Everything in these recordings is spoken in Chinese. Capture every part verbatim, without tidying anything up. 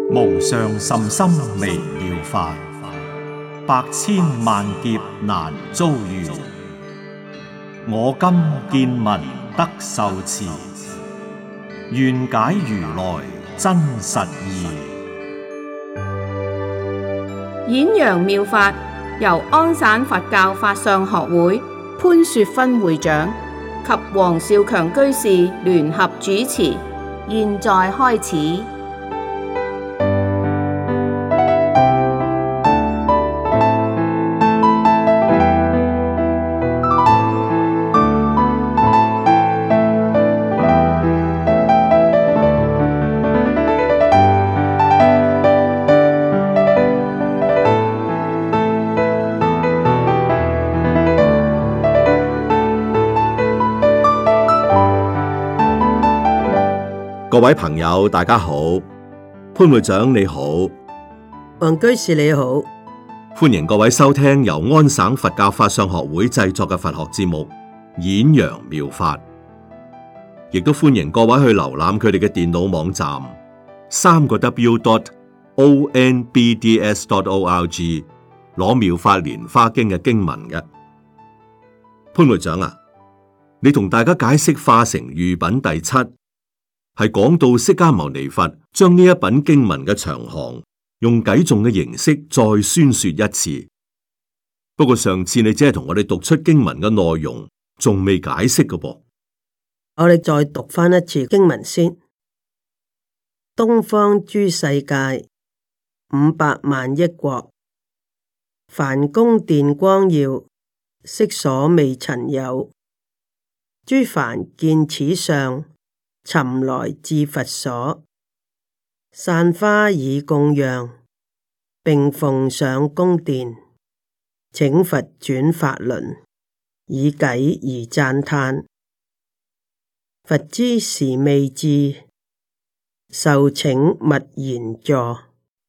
無上甚深微妙法，百千萬劫難遭遇。我今見聞得受持，願解如來真實義。 演揚妙法由安省佛教法相學會潘雪芬會長及黃少強居士聯合主持，現在開始。 各位朋友，大家好，潘會長你好， 黃居士你好， 歡迎各位收聽由安省佛教法相學會製作嘅佛學節目《演揚妙法》，亦都歡迎各位去瀏覽佢哋嘅電腦網站三個 W dot O N B D S dot O R G 攞妙法蓮華經嘅經文嘅。潘會長啊，你同大家解釋化城喻品第七。係講到釋迦牟尼佛將呢一品經文嘅長行用偈頌嘅形式再宣說一次。不過上次你只係同我哋讀出經文嘅內容，仲未解釋嘅噃。 我哋再讀翻一次經文先。東方諸世界五百萬億國，梵宮殿光耀，昔所未曾有。諸梵見此相，尋來至佛所，散花以供養，並奉上宮殿，請佛轉法輪，以偈而讚歎。佛知時未至，受請勿言座。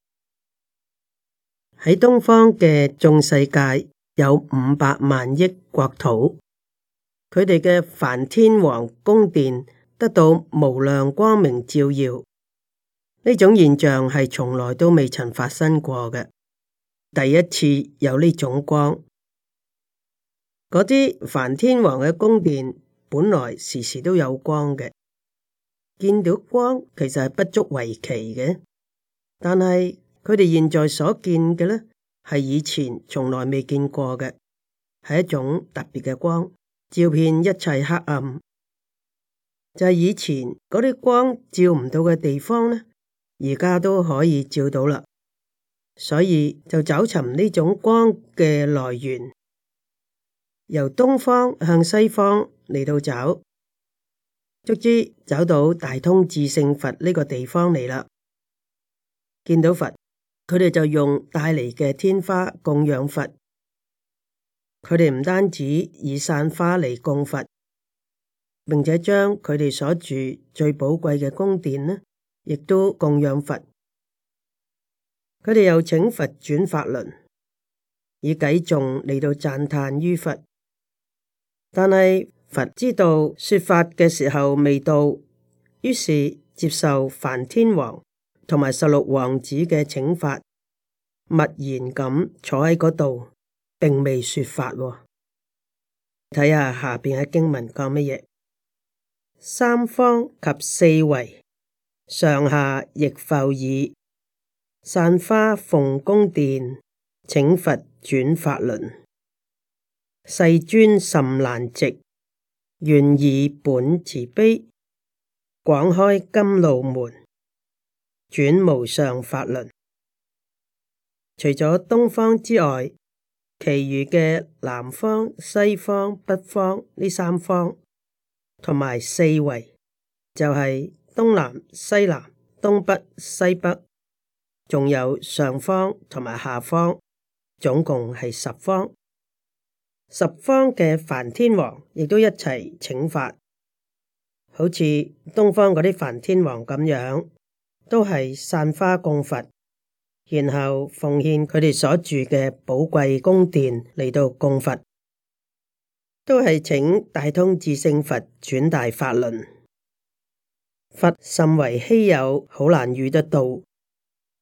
喺東方嘅眾世界有五百萬億國土，佢哋嘅梵天王宮殿得到無量光明照耀，呢種現象係從來都未曾發生過嘅，第一次有呢種光。嗰啲梵天王嘅宮殿本來時時都有光嘅，見到光其實係不足為奇嘅，但係佢哋現在所見嘅呢，係以前從來未見過嘅，係一種特別嘅光，照遍一切黑暗。就係以前嗰啲光照唔到嘅地方呢，而家都可以照到啦。所以就找尋呢種光嘅來源，由東方向西方嚟到找，卒之找到大通智勝佛呢個地方嚟啦。見到佛，佢哋就用帶嚟嘅天花供養佛。佢哋唔單止以散花嚟供佛，並且將佢哋所住最寶貴嘅宮殿呢，亦都供養佛。佢哋又請佛轉法輪，以偈頌嚟到讚歎於佛。但係佛知道說法嘅時候未到，於是接受梵天王同埋十六王子嘅請法，默然咁坐喺嗰度，並未說法。睇下下邊嘅經文講乜嘢。三方及四圍，上下亦復已，散花奉宮殿，請佛轉法輪。世尊甚難值，願以本慈悲，廣開甘露門，轉無上法輪。除咗東方之外，其餘嘅南方、西方、北方呢三方，同埋四圍，就係、是、東南、西南、東北、西北，仲有上方同埋下方，總共係十方。十方嘅梵天王亦都一齊請法，好似東方嗰啲梵天王咁樣，都係散花供佛，然後奉獻佢哋所住嘅寶貴宮殿嚟到供佛。都係請大通智勝佛轉大法輪。佛甚為稀有，好難遇得到。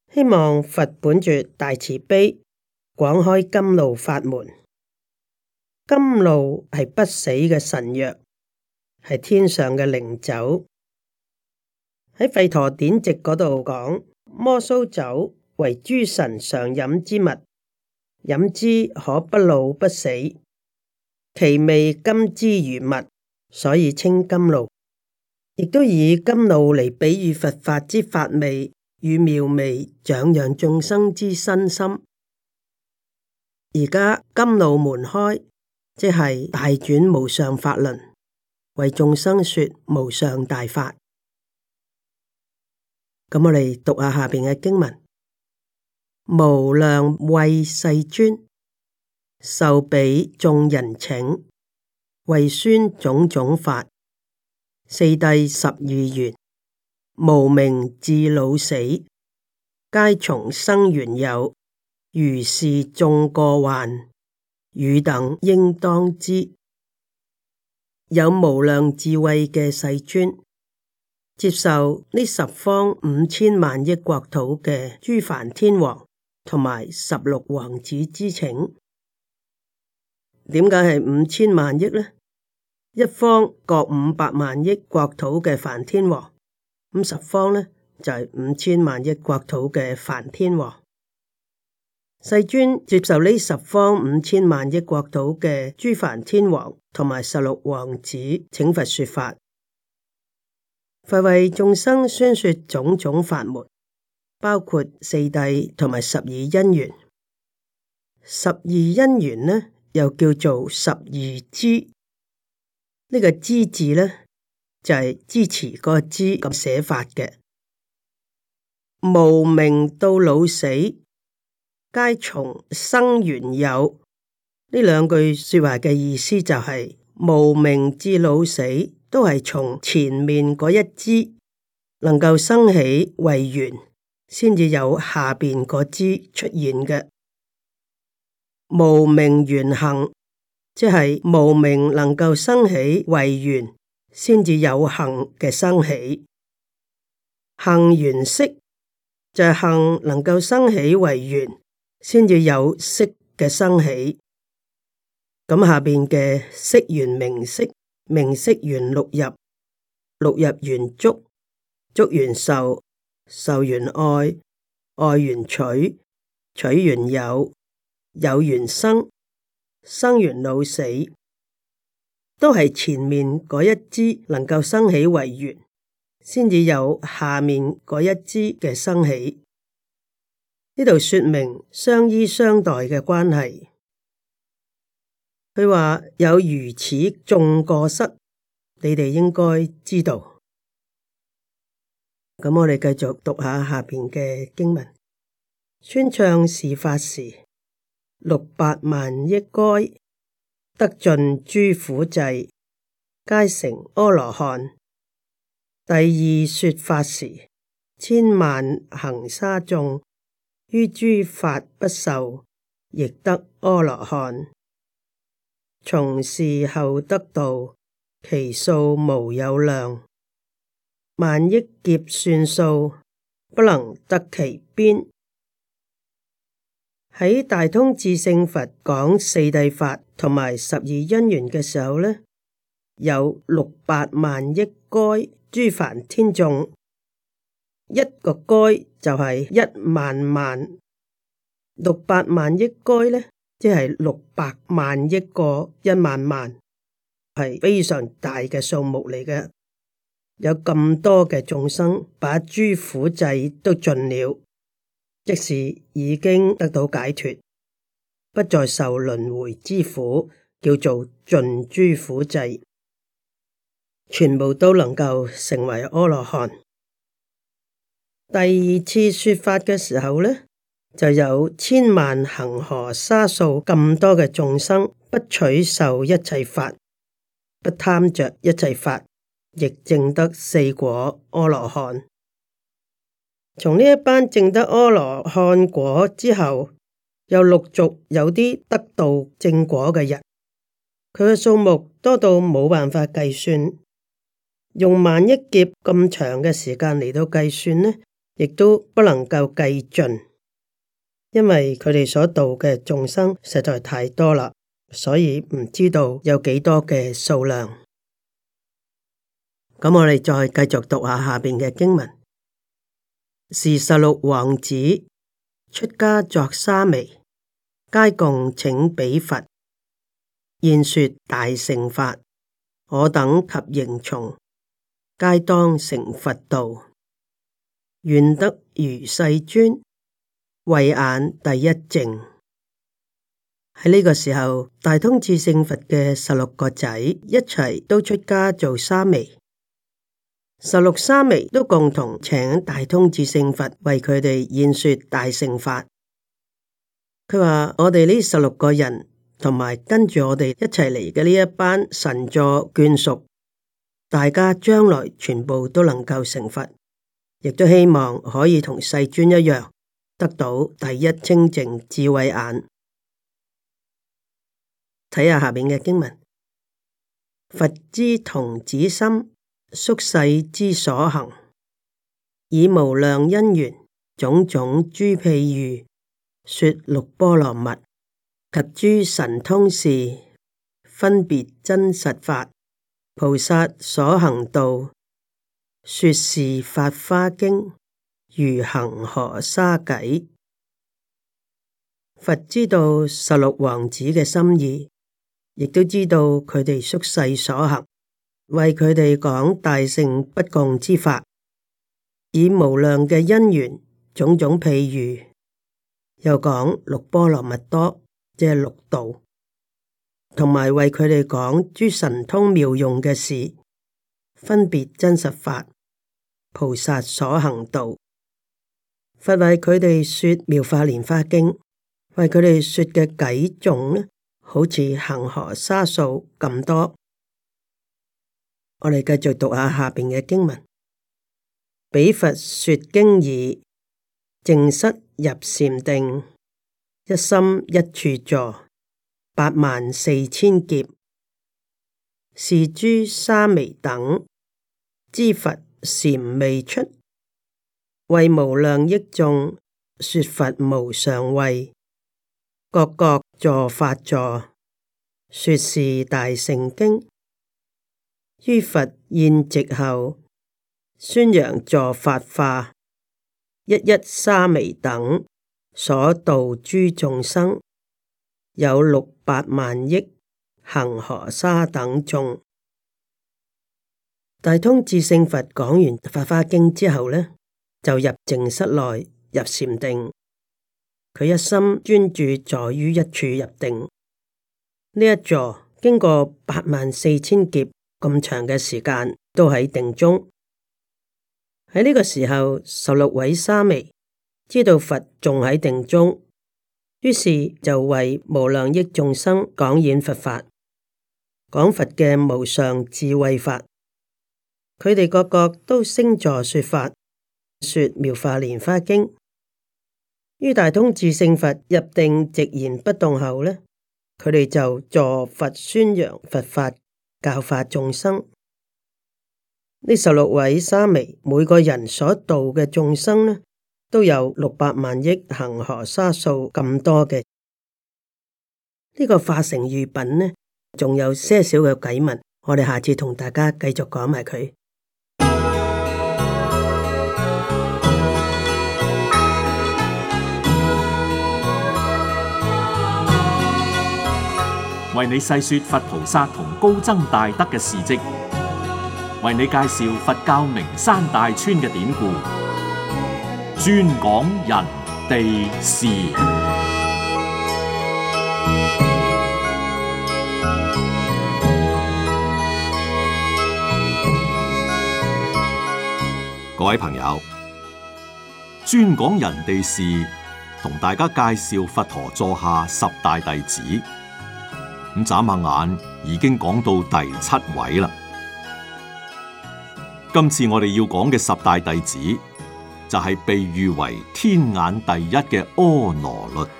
希望佛本住大慈悲，廣開甘露法門。甘露係不死嘅神藥，係天上嘅靈酒。喺吠陀典籍嗰度講，摩蘇酒為諸神常飲之物，飲之可不老不死，其味甘之如蜜，所以稱甘露。亦都以甘露嚟比喻佛法之法味與妙味，長養眾生之身心。而家甘露門開，即係大轉無上法輪，為眾生說無上大法。咁我哋讀下下邊嘅經文：無量慧世尊，受彼眾人請，為宣種種法。四諦十二緣，無明至老死，皆從生緣有。如是眾過患，汝等應當知。有無量智慧嘅世尊，接受呢十方五千萬億國土嘅諸梵天王同埋十六王子之請。點解係五千萬億呢？一方各五百萬億國土嘅梵天王，咁十方呢就係、是、五千萬億國土嘅梵天王。世尊接受呢十方五千萬億國土嘅諸梵天王同埋十六王子請佛說法，佛為眾生宣說種種法門，包括四諦同埋十二因緣。十二因緣呢又叫做十二支。呢個支字呢，就係、是、支持嗰個支咁寫法嘅。無明到老死，皆從生緣有。呢兩句說話嘅意思就係、是、無明至老死都係從前面嗰一支能夠生起為緣，先至有下邊嗰支出現嘅。無明緣行，即係無明能夠生起為緣，先至有行嘅生起。行緣識，就係、是、行能夠生起為緣，先至有識嘅生起。咁下邊嘅識緣名色，名色緣六入，六入緣觸，觸緣受，受緣愛，愛緣取，取緣有，有緣生，生緣老死，都係前面嗰一支能夠生起為緣，先至有下面嗰一支嘅生起。呢度說明相依相待嘅關係。佢話有如此眾過失，你哋應該知道。咁我哋繼續讀下下邊嘅經文。宣唱是法時，六百萬億該得盡諸苦際，皆成阿羅漢。第二說法時，千萬恒沙眾於諸法不受，亦得阿羅漢。從是後得道，其數無有量，萬億劫算數，不能得其邊。喺大通智勝佛講四諦法同埋十二因緣嘅時候呢，有六百萬億該諸梵天眾，一個該就係一萬萬，六百萬億該呢，即係六百萬億個一萬萬，係非常大嘅數目嚟嘅。有咁多嘅眾生，把諸苦際都盡了，即是已經得到解脫，不再受輪迴之苦，叫做盡諸苦際，全部都能夠成為阿羅漢。第二次說法嘅時候呢，就有千萬恒河沙數咁多嘅眾生，不取受一切法，不貪着一切法，亦證得四果阿羅漢。從呢一班證得阿羅漢果之後，又陸續有啲得道正果嘅人，佢嘅數目多到冇辦法計算，用萬億劫咁長嘅時間嚟到計算呢， 亦都不能夠計盡，因為佢哋所度嘅眾生實在太多啦，所以唔知道有幾多嘅數量。咁我哋再繼續讀下下邊嘅經文。是十六王子出家作沙彌，皆共請彼佛，現說大乘法。我等及迎從，皆當成佛道。願得如世尊，慧眼第一淨。喺呢個時候，大通智勝佛嘅十六個仔一齊都出家做沙彌。十六沙彌都共同請大通智勝佛為佢哋演說大乘法。佢話：我哋呢十六個人同埋跟住我哋一齊嚟嘅呢一班神助眷屬，大家將來全部都能夠成佛，亦都希望可以同世尊一樣，得到第一清淨智慧眼。睇下下面嘅經文：佛之童子心，宿世之所行，以無量因緣，種種諸譬喻，說六波羅蜜及諸神通事，分別真實法，菩薩所行道，說是法華經，如恒河沙偈。佛知道十六王子嘅心意，亦都知道佢哋宿世所行，為佢哋講大乘不共之法，以無量嘅因緣，種種譬喻，又講六波羅蜜多，即係六道，同埋為佢哋講諸神通妙用嘅事，分別真實法，菩薩所行道。佛為佢哋說妙法蓮華經，為佢哋說嘅偈頌呢，好似恒河沙數咁多。我哋繼續讀下下邊嘅經文：彼佛說經已，淨室入禪定，一心一處坐，八萬四千劫。是諸沙彌等，知佛禪未出，為無量億眾說佛無上慧，各各坐法座，說是大乘經。於佛宴寂後，宣揚助法化，一一沙彌等所度諸眾生，有六百萬億恒河沙等眾。大通智勝佛講完法華經之後呢，就入靜室內入禪定，佢一心專注坐於一處入定。呢一座經過八萬四千劫咁長嘅時間，都喺定中。喺呢個時候，十六位沙彌知道佛仲喺定中，於是就為無量億眾生講演佛法，講佛嘅無上智慧法。佢哋個個都升座說法，說妙法蓮華經。於大通智勝佛入定寂然不動後呢，佢哋就助佛宣揚佛法，教化眾生。呢十六位沙彌每個人所度嘅眾生呢，都有六百萬億恒河沙數咁多嘅。呢、這個化城喻品呢，仲有些少嘅偈文，我哋下次同大家繼續講埋佢。 為你細說佛菩薩同高僧大德嘅事跡，為你介紹佛教名山大川嘅典故，專講人地事。 各位朋友，專講人地事，同大家介紹佛陀座下十大弟子。咁眨下眼，已經講到第七位啦。今次我哋要講嘅十大弟子，就係、是、被譽為天眼第一嘅阿那律。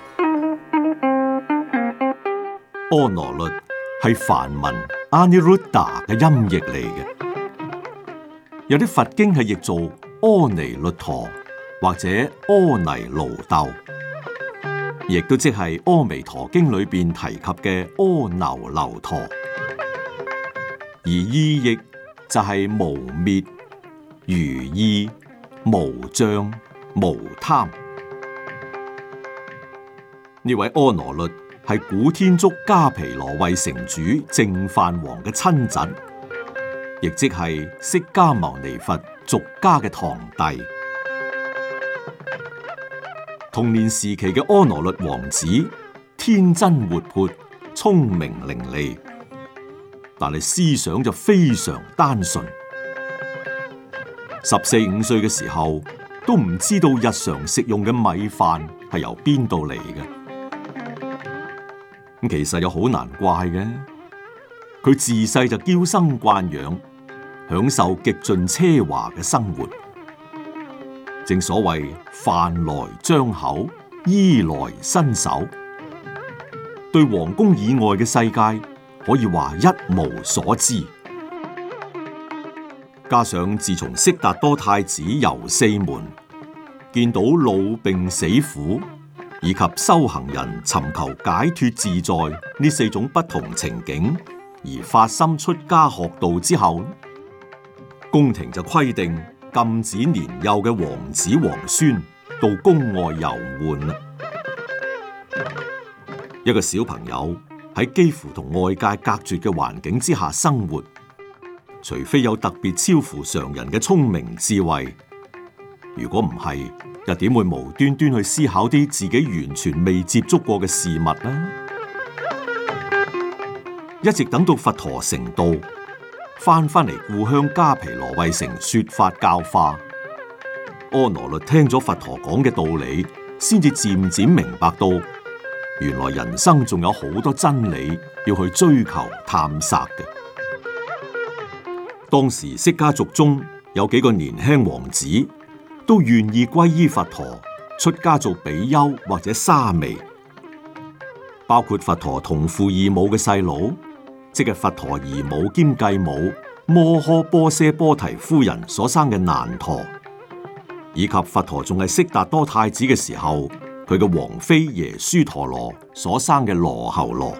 阿那律係梵文 Aniruddha 嘅音譯嚟嘅，有啲佛經係譯做阿彌律陀， 或者阿泥盧豆，亦都即係《阿彌陀經》裏邊提及嘅阿耨留陀，而意譯就係無滅、如意、無障、無貪。呢位阿那律係古天竺迦毗羅衛城主淨飯王嘅親侄，亦即係釋迦牟尼佛俗家嘅堂弟。童年時期嘅阿那律王子天真活潑、聰明伶俐，但係思想就非常單純。十四五歲嘅時候都唔知道日常食用嘅米飯係由邊度嚟嘅。咁其實又好難怪嘅，佢自細就嬌生慣養，享受極盡奢華嘅生活。正所謂飯來張口，衣來伸手，對皇宮以外嘅世界可以話一無所知。加上自從悉達多太子遊四門，見到老病死苦以及修行人尋求解脫自在呢四種不同情景，而發心出家學道之後，宮廷就規定禁止年幼嘅王子皇孫到宮外遊玩啦。一個小朋友喺幾乎同外界隔絕嘅環境之下生活，除非有特別超乎常人嘅聰明智慧，如果唔係，又點會無端端去思考啲自己完全未接觸過嘅事物呢？一直等到佛陀成道，翻返嚟故鄉迦毗羅衛城說法教化，阿那律聽咗佛陀講嘅道理，先至漸漸明白到，原來人生仲有好多真理要去追求探索嘅。當時釋迦族中有幾個年輕王子，都願意皈依佛陀，出家做比丘或者沙彌，包括佛陀同父異母嘅細佬，即係佛陀姨母兼繼母摩訶波闍波提夫人所生嘅難陀，以及佛陀仲係悉達多太子嘅時候，佢嘅王妃耶輸陀羅所生嘅羅睺羅。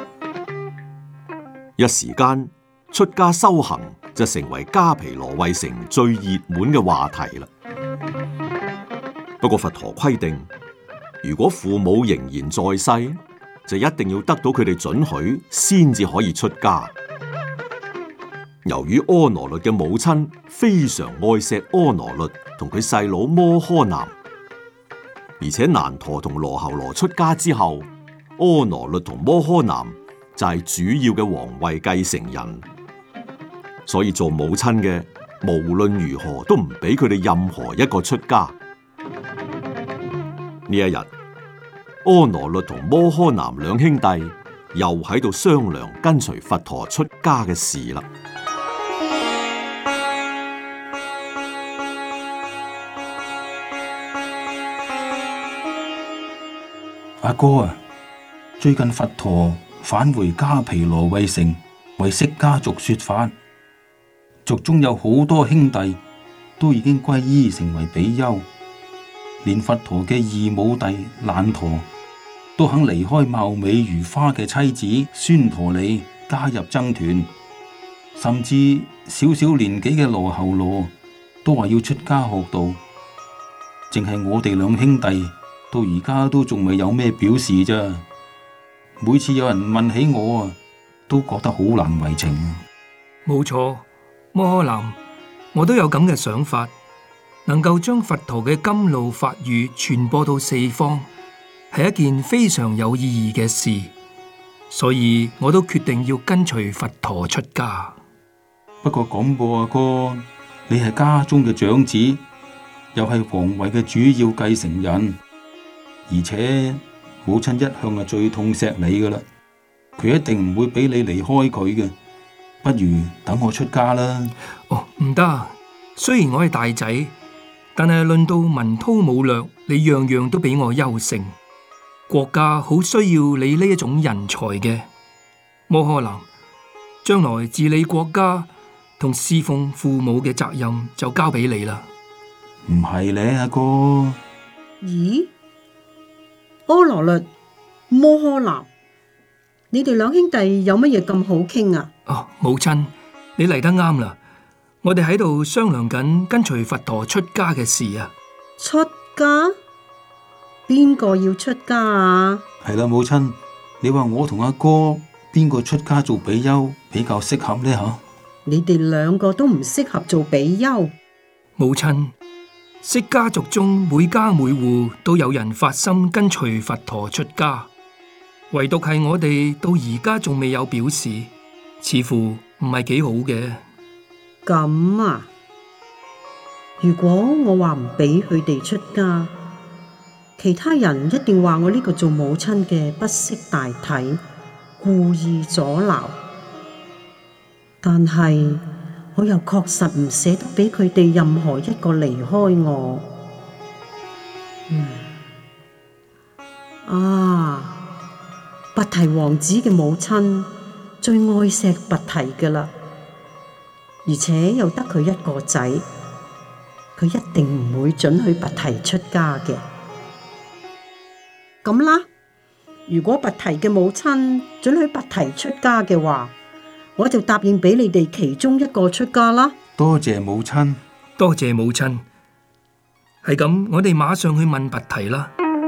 一時間出家修行就成為迦毗羅衛城最熱門嘅話題啦。不過佛陀規定，如果父母仍然在世，就一定要得到佢哋准許先至可以出家。由於阿那律嘅母親非常愛錫阿那律同佢細佬摩訶男，而且難陀同羅睺羅出家之後，阿那律同摩訶男就係主要嘅皇位繼承人，所以做母親嘅無論如何都唔俾佢哋任何一個出家。呢一日，阿那律同摩訶男兩兄弟又喺度商量跟隨佛陀出家嘅事啦。 阿哥啊，最近佛陀返回迦毗羅衛城，為釋迦族說法，族中有好多兄弟都已經皈依成為比丘。連佛陀嘅異母弟難陀都肯離開貌美如花嘅妻子孫陀利加入僧團，甚至小小年紀嘅羅睺羅都話要出家學道。淨係我哋兩兄弟到而家都仲未有咩表示啫。每次有人問起我啊，都覺得好難為情。 冇錯，摩訶男，我都有咁嘅想法。能夠將佛陀嘅甘露法語傳播到四方，係一件非常有意義嘅事，所以我都決定要跟隨佛陀出家。 不過咁噃，阿哥，你係家中嘅長子，又係皇位嘅主要繼承人，而且母親一向係最痛錫你噶啦，佢一定唔會俾你離開佢嘅。不如等我出家啦。 哦，唔得，雖然我係大仔，但係論到文韜武略，你樣樣都比我優勝，國家好需要你呢一種人才嘅。摩訶男，將來治理國家同侍奉父母嘅責任就交俾你啦。 唔係咧，阿哥。 咦？阿羅律、摩訶男，你哋兩兄弟有乜嘢咁好傾啊？ 哦，母親，你嚟得啱啦，我哋喺度商量緊跟隨佛陀出家嘅事啊。 出家？邊個要出家啊？ 係啦，母親，你話我同阿哥邊個出家做比丘比較適合呢？吓？ 你哋兩個都唔適合做比丘。 母親，釋家族中每家每戶都有人發心跟隨佛陀出家，唯獨係我哋到而家仲未有表示，似乎唔係幾好嘅。 咁啊？如果我話唔俾佢哋出家，其他人一定話我呢個做母親嘅不識大體，故意阻撓。但係我又確實唔捨得俾佢哋任何一個離開我。嗯，啊，拔提王子嘅母親最愛錫拔提㗎喇，而且又得佢一個仔，佢一定唔會准許拔提出家嘅。咁啦，如果拔提嘅母親准許拔提出家嘅話，我就答應俾你哋其中一個出家啦。 多謝母親， 多謝母親。係咁，我哋馬上去問拔提啦。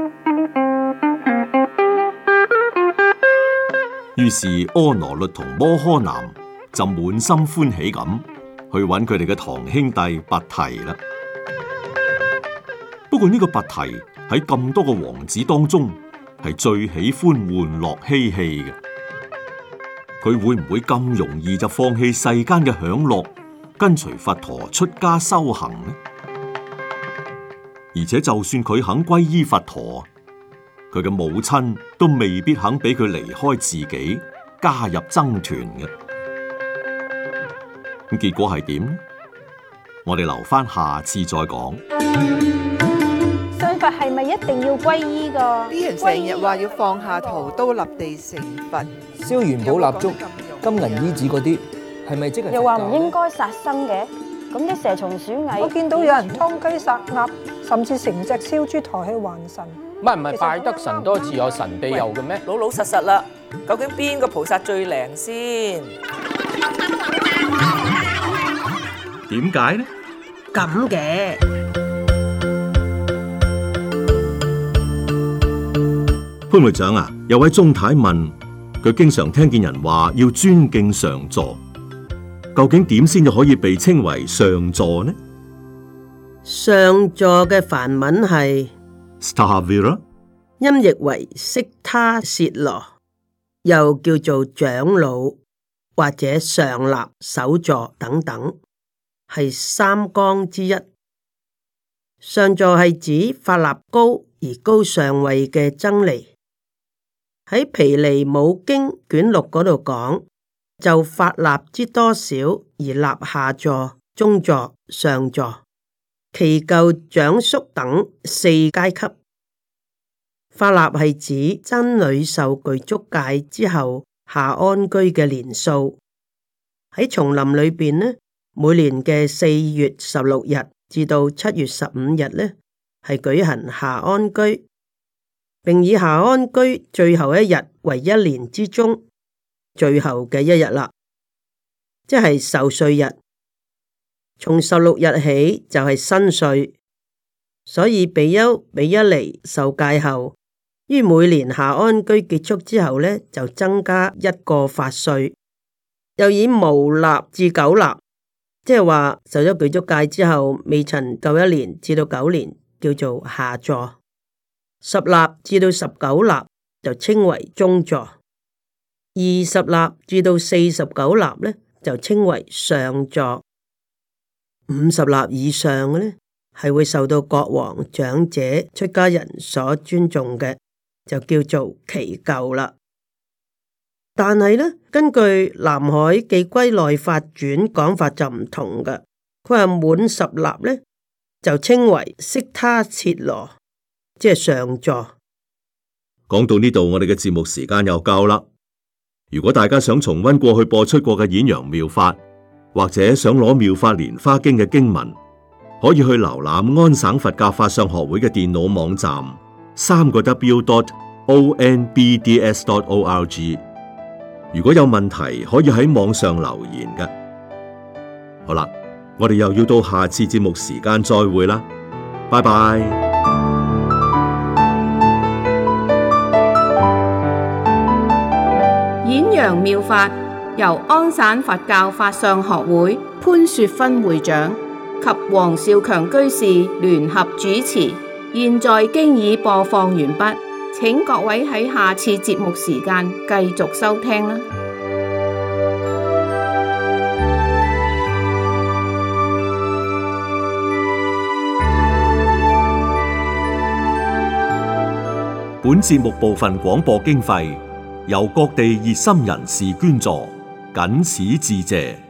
於是阿羅律同摩訶男就滿心歡喜咁去揾佢哋嘅堂兄弟拔提啦。不過呢個拔提喺咁多個王子當中，係最喜歡玩樂嬉戲嘅。佢會唔會咁容易就放棄世間嘅享樂，跟隨佛陀出家修行呢？而且就算佢肯皈依佛陀，佢嘅母親都未必肯俾佢離開自己，加入僧團嘅。咁結果係點呢？我哋留翻下次再講。 信佛係咪一定要皈依㗎？ 啲人成日話要放下屠刀立地成佛， 燒元寶蠟燭、金銀衣紙嗰啲，係咪即係？ 又話唔應該殺生嘅，咁啲蛇蟲鼠蟻， 我見到有人劏雞殺鴨，甚至成隻燒豬抬去還神。 唔係唔係，拜得神多自有神庇佑嘅咩？ 老老實實啦，究竟邊個菩薩最靈先？ 點解呢？ 咁嘅潘會長啊，有位鍾太問佢，經常聽見人話要尊敬上座，究竟點先至可以被稱為上座呢？ 上座嘅梵文係 Stavira， 音譯為悉他薛羅，又叫做長老或者上立、首座等等，係三綱之一。上座係指法立高而高上位嘅僧尼。喺《毗尼母經》卷六嗰度講，就法立之多少而立下座、中座、上座，其舊長宿等四階級。法立係指僧侶受具足戒之後下安居嘅年數。喺叢林裏邊呢，每年嘅四月十六日至到七月十五日呢，係舉行下安居，並以下安居最後一日為一年之中最後嘅一日啦，即係受歲日。從十六日起就係新歲，所以比丘、比丘尼受戒後，於每年下安居結束之後呢，就增加一個法歲，又以無納至九納，即係話受咗具足戒之後未曾夠一年至到九年，叫做下座。十納至到十九納就稱為中座，二十納至到四十九納呢就稱為上座，五十納以上嘅呢係會受到國王、長者、出家人所尊重嘅，就叫做耆舊啦。但係呢，根據《南海寄歸內法傳》講法就唔同㗎，佢話滿十納呢就稱為悉他切羅，即係上座。 講到呢度，我哋嘅節目時間又夠啦。如果大家想重溫過去播出過嘅演揚妙法，或者想攞妙法蓮華經嘅經文， 可以去瀏覽安省佛教法相學會嘅電腦網站，三個 W dot O N B D S dot O R G。如果有問題，可以喺網上留言嘅。好啦，我哋又要到下次節目時間再會啦，拜拜。 演揚妙法由安省佛教法相學會潘雪芬會長及黃少強居士聯合主持，現在經已播放完畢，請各位喺下次節目時間繼續收聽啦。 本節目部分廣播經費由各地熱心人士捐助，謹此致謝。